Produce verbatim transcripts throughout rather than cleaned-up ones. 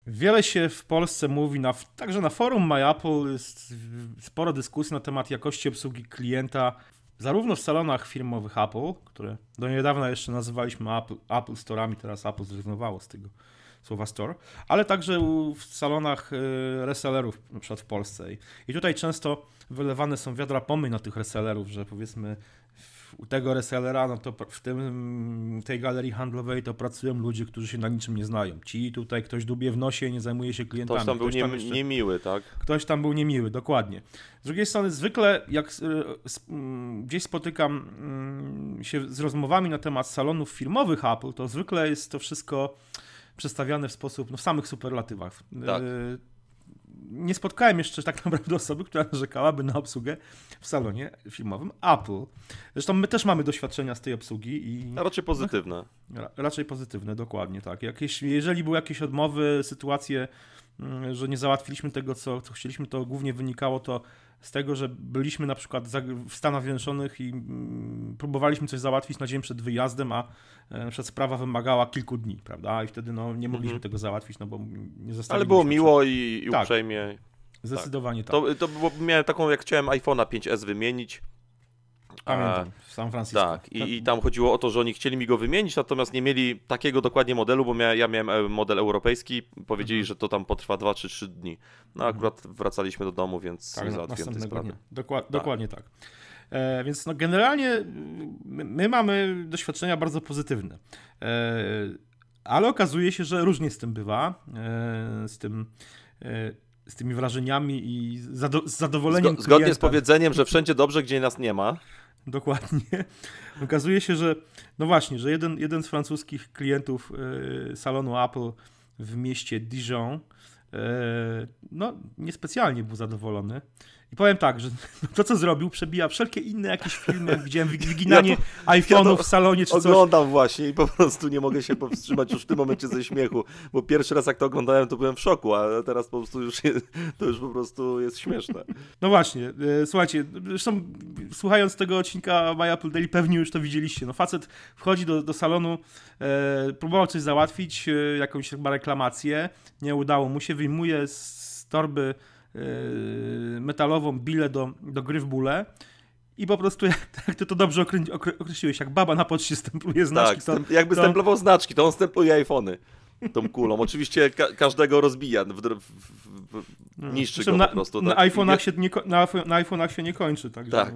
Wiele się w Polsce mówi, na, także na forum MyApple jest sporo dyskusji na temat jakości obsługi klienta, zarówno w salonach firmowych Apple, które do niedawna jeszcze nazywaliśmy Apple, Apple Store'ami, teraz Apple zrezygnowało z tego słowa store, ale także w salonach resellerów, na przykład w Polsce. I tutaj często wylewane są wiadra pomyj na tych resellerów, że powiedzmy u tego resellera, no to w tym, tej galerii handlowej to pracują ludzie, którzy się na niczym nie znają. Ci tutaj ktoś dubie w nosie i nie zajmuje się klientami. Ktoś tam był ktoś tam nie, jeszcze, niemiły, tak? Ktoś tam był niemiły, dokładnie. Z drugiej strony zwykle jak gdzieś spotykam się z rozmowami na temat salonów firmowych Apple, to zwykle jest to wszystko przedstawiane w sposób, no w samych superlatywach. Tak. Nie spotkałem jeszcze tak naprawdę osoby, która narzekałaby na obsługę w salonie filmowym Apple. Zresztą my też mamy doświadczenia z tej obsługi. I A raczej pozytywne. No, raczej pozytywne, dokładnie tak. Jakieś, jeżeli były jakieś odmowy, sytuacje, że nie załatwiliśmy tego, co, co chcieliśmy, to głównie wynikało to z tego, że byliśmy na przykład w Stanach Zjednoczonych i próbowaliśmy coś załatwić na dzień przed wyjazdem, a na przykład sprawa wymagała kilku dni, prawda? I wtedy no, nie mogliśmy mm-hmm. tego załatwić, no bo nie zostawiliśmy. Ale było miło i, i tak. uprzejmie. Zdecydowanie tak. tak. To, to było, miałem taką, jak chciałem iPhone'a pięć S wymienić. Pamiętam, w San Francisco. Tak, i, i tam chodziło o to, że oni chcieli mi go wymienić, natomiast nie mieli takiego dokładnie modelu, bo mia, ja miałem model europejski, powiedzieli, mhm. że to tam potrwa dwa czy trzy dni. No akurat wracaliśmy do domu, więc tak, nie załatwiłem tej sprawy. Dokład, tak. Dokładnie tak. E, więc no generalnie my, my mamy doświadczenia bardzo pozytywne, e, ale okazuje się, że różnie z tym bywa, e, z tym... E, z tymi wrażeniami i zado- z zadowoleniem Zgo- Zgodnie klienta. z powiedzeniem, że wszędzie dobrze, gdzie nas nie ma. Dokładnie. Okazuje się, że no właśnie, że jeden, jeden z francuskich klientów y, salonu Apple w mieście Dijon y, no niespecjalnie był zadowolony. I powiem tak, że to, co zrobił, przebija wszelkie inne jakieś filmy, jak widziałem wyginanie ja iPhone'ów ja w salonie czy oglądam coś. Oglądam właśnie i po prostu nie mogę się powstrzymać już w tym momencie ze śmiechu, bo pierwszy raz jak to oglądałem, to byłem w szoku, a teraz po prostu już jest, to już po prostu jest śmieszne. No właśnie, słuchajcie, zresztą słuchając tego odcinka My Apple Daily pewnie już to widzieliście. No facet wchodzi do, do salonu, e, próbował coś załatwić, e, jakąś chyba reklamację, nie udało mu się, wyjmuje z torby metalową bilę do, do gry w bóle i po prostu, jak, jak ty to dobrze okrę- określiłeś, jak baba na poczcie stempluje znaczki. Tak, to, stempl- jakby to... stemplował znaczki, to on stempluje iPhony tą kulą. Oczywiście ka- każdego rozbija, w, w, w, w, niszczy go na, po prostu. Na, tak? iPhone'ach się nie, na, na iPhone'ach się nie kończy. Tak. tak.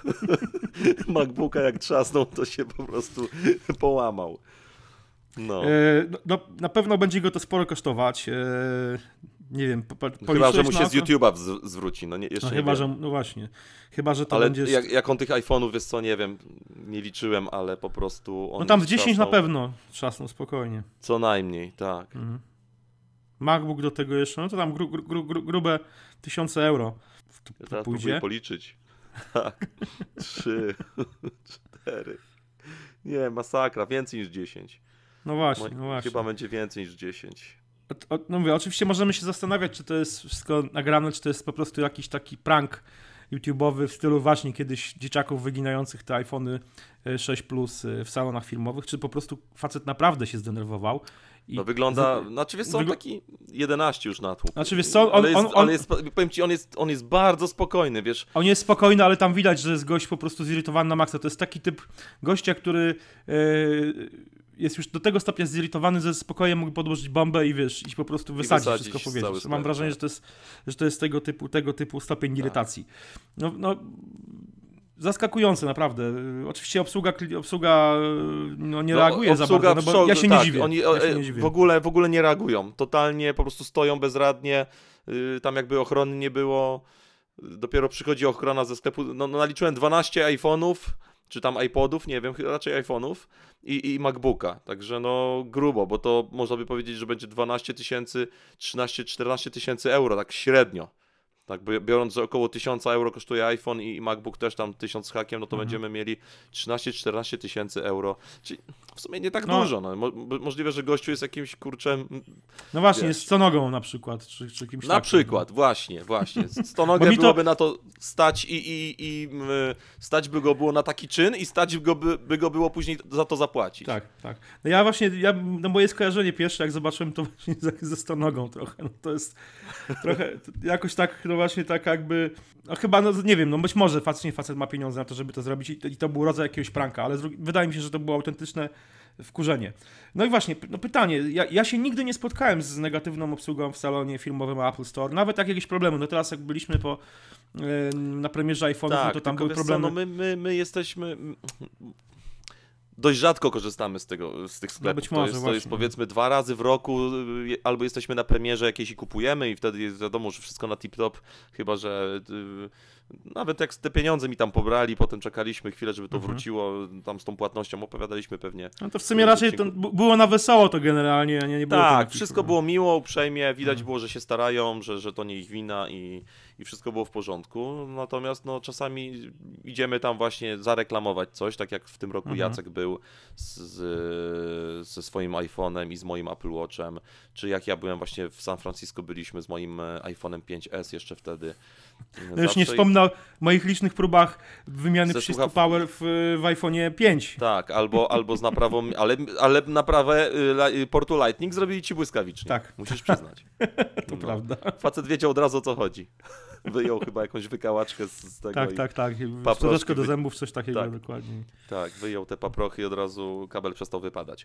MacBooka jak trzasnął, to się po prostu połamał. No. E, no, na pewno będzie go to sporo kosztować. E, nie wiem, po, po, chyba, że mu się z YouTube'a z, zwróci, no nie, jeszcze no, nie chyba, wiem. że, no właśnie, chyba, że to ale będzie... jak, jak on tych iPhone'ów, wiesz co, nie wiem, nie liczyłem, ale po prostu on... No tam z dziesięć trzasnął. na pewno trzasnął, spokojnie. Co najmniej, tak. Mhm. MacBook do tego jeszcze, no to tam gru, gru, gru, grube tysiące euro to ja teraz pójdzie. próbuję policzyć. Tak, trzy, cztery, nie, masakra, więcej niż dziesięć. No właśnie, no właśnie. Chyba będzie więcej niż dziesięć. O, o, no mówię, oczywiście możemy się zastanawiać, czy to jest wszystko nagrane, czy to jest po prostu jakiś taki prank YouTube'owy w stylu właśnie kiedyś dzieciaków wyginających te iPhony sześć plus w salonach filmowych, czy po prostu facet naprawdę się zdenerwował. I no wygląda, z... znaczy wiesz co, Wygl... taki jedenaście już natłuk. Znaczy wiesz co, on, ale jest, on, on, ale jest, powiem ci, on jest, on jest bardzo spokojny, wiesz. On jest spokojny, ale tam widać, że jest gość po prostu zirytowany na maksa. To jest taki typ gościa, który yy, jest już do tego stopnia zirytowany, że spokojnie mógł podłożyć bombę i wiesz, i po prostu wysadzić, wysadzić wszystko powiedzieć. Mam wrażenie, że to jest, że to jest tego typu, tego typu stopień tak. irytacji. No, no zaskakujące naprawdę. Oczywiście obsługa, obsługa no, nie no, reaguje za bardzo, no, bo ja się tak, nie dziwię. Oni ja się nie dziwię. W, ogóle, w ogóle nie reagują. Totalnie po prostu stoją bezradnie. Yy, tam jakby ochrony nie było. Dopiero przychodzi ochrona ze sklepu. No, no naliczyłem dwanaście iPhone'ów, czy tam iPodów, nie wiem, raczej iPhone'ów i, i MacBooka. Także no grubo, bo to można by powiedzieć, że będzie dwanaście tysięcy, trzynaście czternaście tysięcy euro, tak średnio. Tak, bo biorąc, że około tysiąc euro kosztuje iPhone i MacBook też tam tysiąc z hakiem, no to Mhm. będziemy mieli trzynaście czternaście tysięcy euro. Czyli w sumie nie tak No. dużo. No. Mo możliwe, że gościu jest jakimś kurczem. No właśnie, Wiesz. jest stonogą na przykład, czy, czy kimś Na takim. przykład, właśnie, właśnie. Bo Stonogę mi to- byłoby na to stać i, i, i y, stać by go było na taki czyn i stać go by, by go było później za to zapłacić. Tak, tak. No ja właśnie, ja, no moje skojarzenie pierwsze, jak zobaczyłem to właśnie ze, ze stonogą trochę, no to jest trochę, jakoś tak, no właśnie tak jakby, no chyba, no nie wiem, no być może faktycznie facet ma pieniądze na to, żeby to zrobić i to, i to był rodzaj jakiegoś pranka, ale z drugi- wydaje mi się, że to było autentyczne wkurzenie. No i właśnie, no pytanie, ja, ja się nigdy nie spotkałem z negatywną obsługą w salonie filmowym Apple Store, nawet jak jakieś problemy, no teraz jak byliśmy po, e, na premierze iPhone'ów, Tak, no to tam tylko były wiesz problemy. Co, no my, my, my jesteśmy... Dość rzadko korzystamy z tego, z tych sklepów. być może, to, jest, to jest właśnie. powiedzmy dwa razy w roku, y, albo jesteśmy na premierze jakiejś i kupujemy i wtedy jest wiadomo, że wszystko na tip-top, chyba że y, nawet jak te pieniądze mi tam pobrali, potem czekaliśmy chwilę, żeby to Mhm. wróciło tam z tą płatnością, opowiadaliśmy pewnie. No to w sumie raczej to b- było na wesoło to generalnie, a nie, nie było Tak, to wszystko było miło, uprzejmie, widać Mhm. było, że się starają, że, że to nie ich wina i, i wszystko było w porządku. Natomiast no, czasami idziemy tam właśnie zareklamować coś, tak jak w tym roku Mhm. Jacek był z, z, ze swoim iPhone'em i z moim Apple Watchem, czy jak ja byłem właśnie w San Francisco, byliśmy z moim e, iPhone'em pięć S jeszcze wtedy. No już nie Zawsze- wspomnę o moich licznych próbach wymiany Ze przycisku słuchaw- Power w, w iPhone'ie pięć. Tak, albo, albo z naprawą, ale, ale naprawę y, la- y, portu Lightning zrobili ci błyskawicznie. Tak. Musisz przyznać. To No. prawda. Facet wiedział od razu, o co chodzi. Wyjął chyba jakąś wykałaczkę z, z tego. Tak, i, tak, tak. paproszki Szczoteczkę do wy- zębów, coś takiego Tak. dokładnie. tak, wyjął te paprochy i od razu kabel przestał wypadać.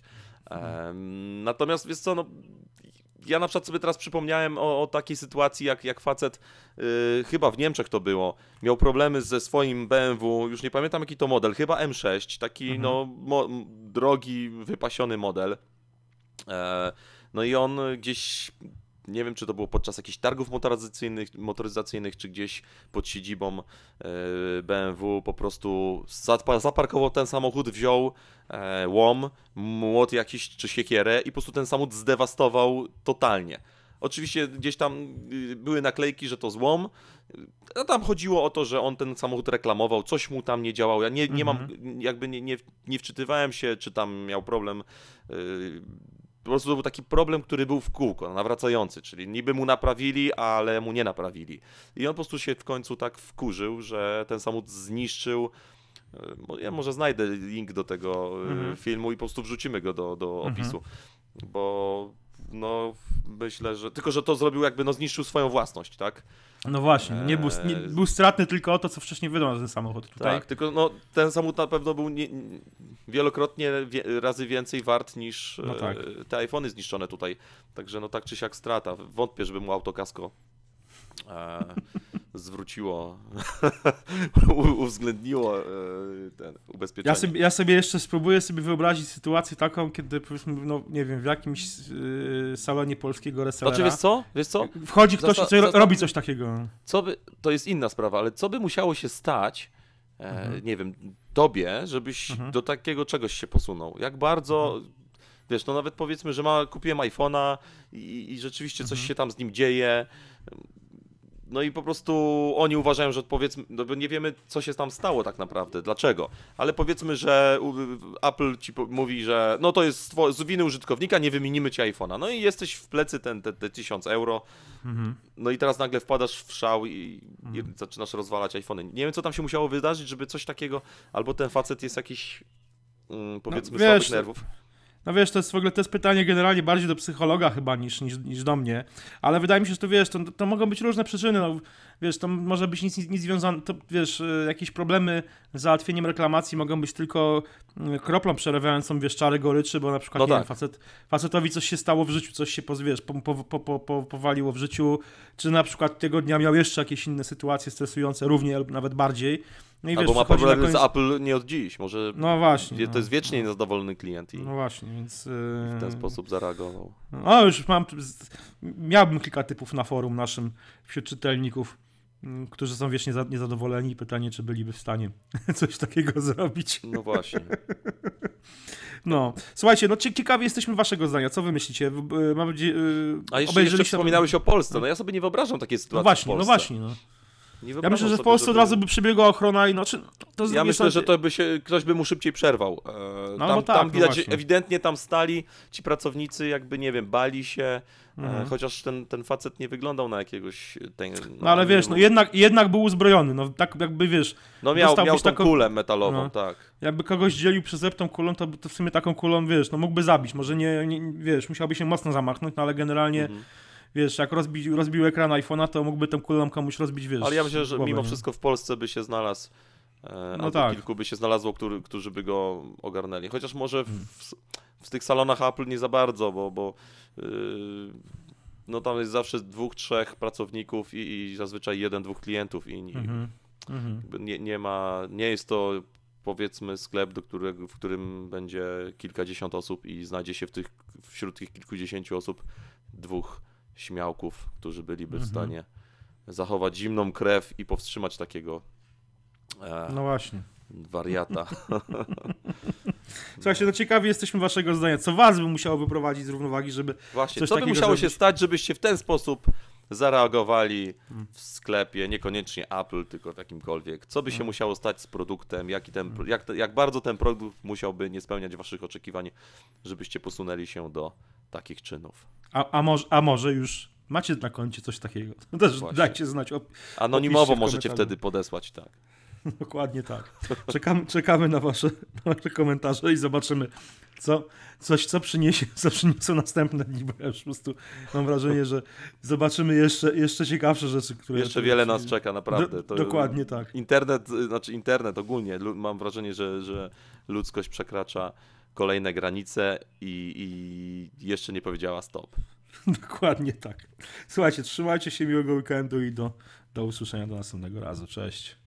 Em, natomiast wiesz co, no, ja na przykład sobie teraz przypomniałem o, o takiej sytuacji, jak, jak facet, y, chyba w Niemczech to było, miał problemy ze swoim B M W, już nie pamiętam jaki to model, chyba M sześć, taki Mhm. no mo, m- drogi, wypasiony model. E, no i on gdzieś, nie wiem czy to było podczas jakichś targów motoryzacyjnych, motoryzacyjnych czy gdzieś pod siedzibą e, B M W po prostu zapa- zaparkował ten samochód, wziął e, łom, młot jakiś czy siekierę i po prostu ten samochód zdewastował totalnie. Oczywiście gdzieś tam y, były naklejki, że to złom. A tam chodziło o to, że on ten samochód reklamował, coś mu tam nie działało. Ja nie, nie mam, jakby nie, nie, nie wczytywałem się, czy tam miał problem. Yy, po prostu to był taki problem, który był w kółko, nawracający, czyli niby mu naprawili, ale mu nie naprawili. I on po prostu się w końcu tak wkurzył, że ten samochód zniszczył. Yy, mo- Ja może znajdę link do tego yy, Mhm. filmu i po prostu wrzucimy go do, do Mhm. opisu, bo no myślę, że tylko, że to zrobił jakby, no zniszczył swoją własność, tak? No właśnie, nie był, nie, Eee. był stratny tylko o to, co wcześniej wydał na ten samochód tutaj. Tak, tylko no, ten samochód na pewno był nie, nie- wielokrotnie wie, razy więcej wart niż No tak. e, te iPhony zniszczone tutaj. Także no tak czy siak strata. Wątpię, żeby mu autokasko e, zwróciło, u- uwzględniło e, ten ubezpieczenie. Ja sobie, ja sobie jeszcze spróbuję sobie wyobrazić sytuację taką, kiedy powiedzmy, no nie wiem, w jakimś yy, salonie polskiego resellera Znaczy wiesz co? Wiesz co? wchodzi ktoś Zasta- i co, zasta- robi coś takiego. Co by, to jest inna sprawa, ale co by musiało się stać, e, Mhm. nie wiem, tobie, żebyś Mhm. do takiego czegoś się posunął? Jak bardzo, wiesz, no nawet powiedzmy, że ma, kupiłem iPhone'a i, i rzeczywiście coś Mhm. się tam z nim dzieje, no i po prostu oni uważają, że powiedzmy, no bo nie wiemy, co się tam stało tak naprawdę, dlaczego, ale powiedzmy, że u- Apple ci po- mówi, że no to jest two- z winy użytkownika, nie wymienimy ci iPhone'a, no i jesteś w plecy ten, te, te tysiąc euro, Mhm. no i teraz nagle wpadasz w szał i, i Mhm. zaczynasz rozwalać iPhony. Nie wiem, co tam się musiało wydarzyć, żeby coś takiego, albo ten facet jest jakiś, mm, powiedzmy, wiesz, słabych to- nerwów. No wiesz, to jest w ogóle to jest pytanie generalnie bardziej do psychologa chyba niż, niż, niż do mnie, ale wydaje mi się, że to wiesz, to, to mogą być różne przyczyny, no, wiesz, to może być nic, nic, nic związane, to wiesz, y, jakieś problemy z załatwieniem reklamacji mogą być tylko y, kroplą przelewającą, wiesz, czary goryczy, bo na przykład, No nie tak. wiem, facet, facetowi coś się stało w życiu, coś się, poz- wiesz, po, po, po, po, po, powaliło w życiu, czy na przykład tego dnia miał jeszcze jakieś inne sytuacje stresujące, równie lub nawet bardziej, no i wiesz, Albo ma przychodzi na problemy z koniec- Apple nie od dziś, może No właśnie. wie- no. to jest wiecznie niezadowolony klient i No właśnie, więc... w ten y, sposób zareagował. O, już mam. z- Miałbym kilka typów na forum naszym wśród czytelników. m, którzy są wiecznie za- niezadowoleni. Pytanie, czy byliby w stanie coś takiego zrobić. No właśnie. No, słuchajcie, no cie- ciekawi jesteśmy waszego zdania. Co wy myślicie? W- y, Mam nadzieję, y, A jeszcze, jeszcze obejrzeliście- wspominałeś o Polsce. No ja sobie nie wyobrażam takiej sytuacji No właśnie, w Polsce. no właśnie, no. Nie Ja wyobrażam myślę, że w sobie, Polsce żeby- od razu by przebiegła ochrona i no, czy, to z Ja drugiej myślę, strony- że to by się, ktoś by mu szybciej przerwał. E, No, tam no tak, tam no widać, właśnie. ewidentnie tam stali ci pracownicy, jakby, nie wiem, bali się, Mhm. e, chociaż ten, ten facet nie wyglądał na jakiegoś... Ten, No ale wiesz, no jednak, jednak był uzbrojony, no tak jakby wiesz, No miał, dostałbyś miał tą taką- kulę metalową, no. tak. jakby kogoś dzielił przez tą kulą, to, to w sumie taką kulą, wiesz, no mógłby zabić, może nie, nie wiesz, musiałby się mocno zamachnąć, no ale generalnie, Mhm. wiesz, jak rozbi, rozbił ekran iPhone'a, to mógłby tą kulą komuś rozbić, wiesz, Ale ja myślę, że głowę, mimo nie? wszystko w Polsce by się znalazł, e, No albo tak. kilku by się znalazło, który, którzy by go ogarnęli. Chociaż może Hmm. w, w tych salonach Apple nie za bardzo, bo, bo yy, no tam jest zawsze dwóch, trzech pracowników i, i zazwyczaj jeden, dwóch klientów i, i Mhm. Mhm. jakby nie, nie ma, nie jest to, powiedzmy, sklep, do którego, w którym będzie kilkadziesiąt osób i znajdzie się w tych, wśród tych kilkudziesięciu osób dwóch śmiałków, którzy byliby w Mhm. stanie zachować zimną krew i powstrzymać takiego e, No właśnie. wariata. Słuchajcie, no ciekawi jesteśmy waszego zdania, co was by musiało wyprowadzić z równowagi, żeby Właśnie, coś co by takiego musiało się zrobić? stać, żebyście w ten sposób zareagowali Hmm. w sklepie, niekoniecznie Apple, tylko w jakimkolwiek. Co by się Hmm. musiało stać z produktem, jaki ten, jak, jak bardzo ten produkt musiałby nie spełniać waszych oczekiwań, żebyście posunęli się do takich czynów. A, a, może, a może już macie na koncie coś takiego? To też Właśnie. dajcie znać. Op- Anonimowo Opiszcie w możecie komentarzu. wtedy podesłać, tak. Dokładnie tak. Czekamy, czekamy na, wasze, na wasze komentarze i zobaczymy, co, coś, co, przyniesie, co przyniosą następne dni, bo ja już po prostu mam wrażenie, że zobaczymy jeszcze, jeszcze ciekawsze rzeczy, które... Jeszcze które wiele przy- nas czeka, naprawdę. Do, To- dokładnie tak. Internet, y, znaczy internet ogólnie, lu- mam wrażenie, że, że ludzkość przekracza kolejne granice i, i jeszcze nie powiedziała stop. Dokładnie tak. Słuchajcie, trzymajcie się, miłego weekendu i do, do usłyszenia do następnego razu. Cześć.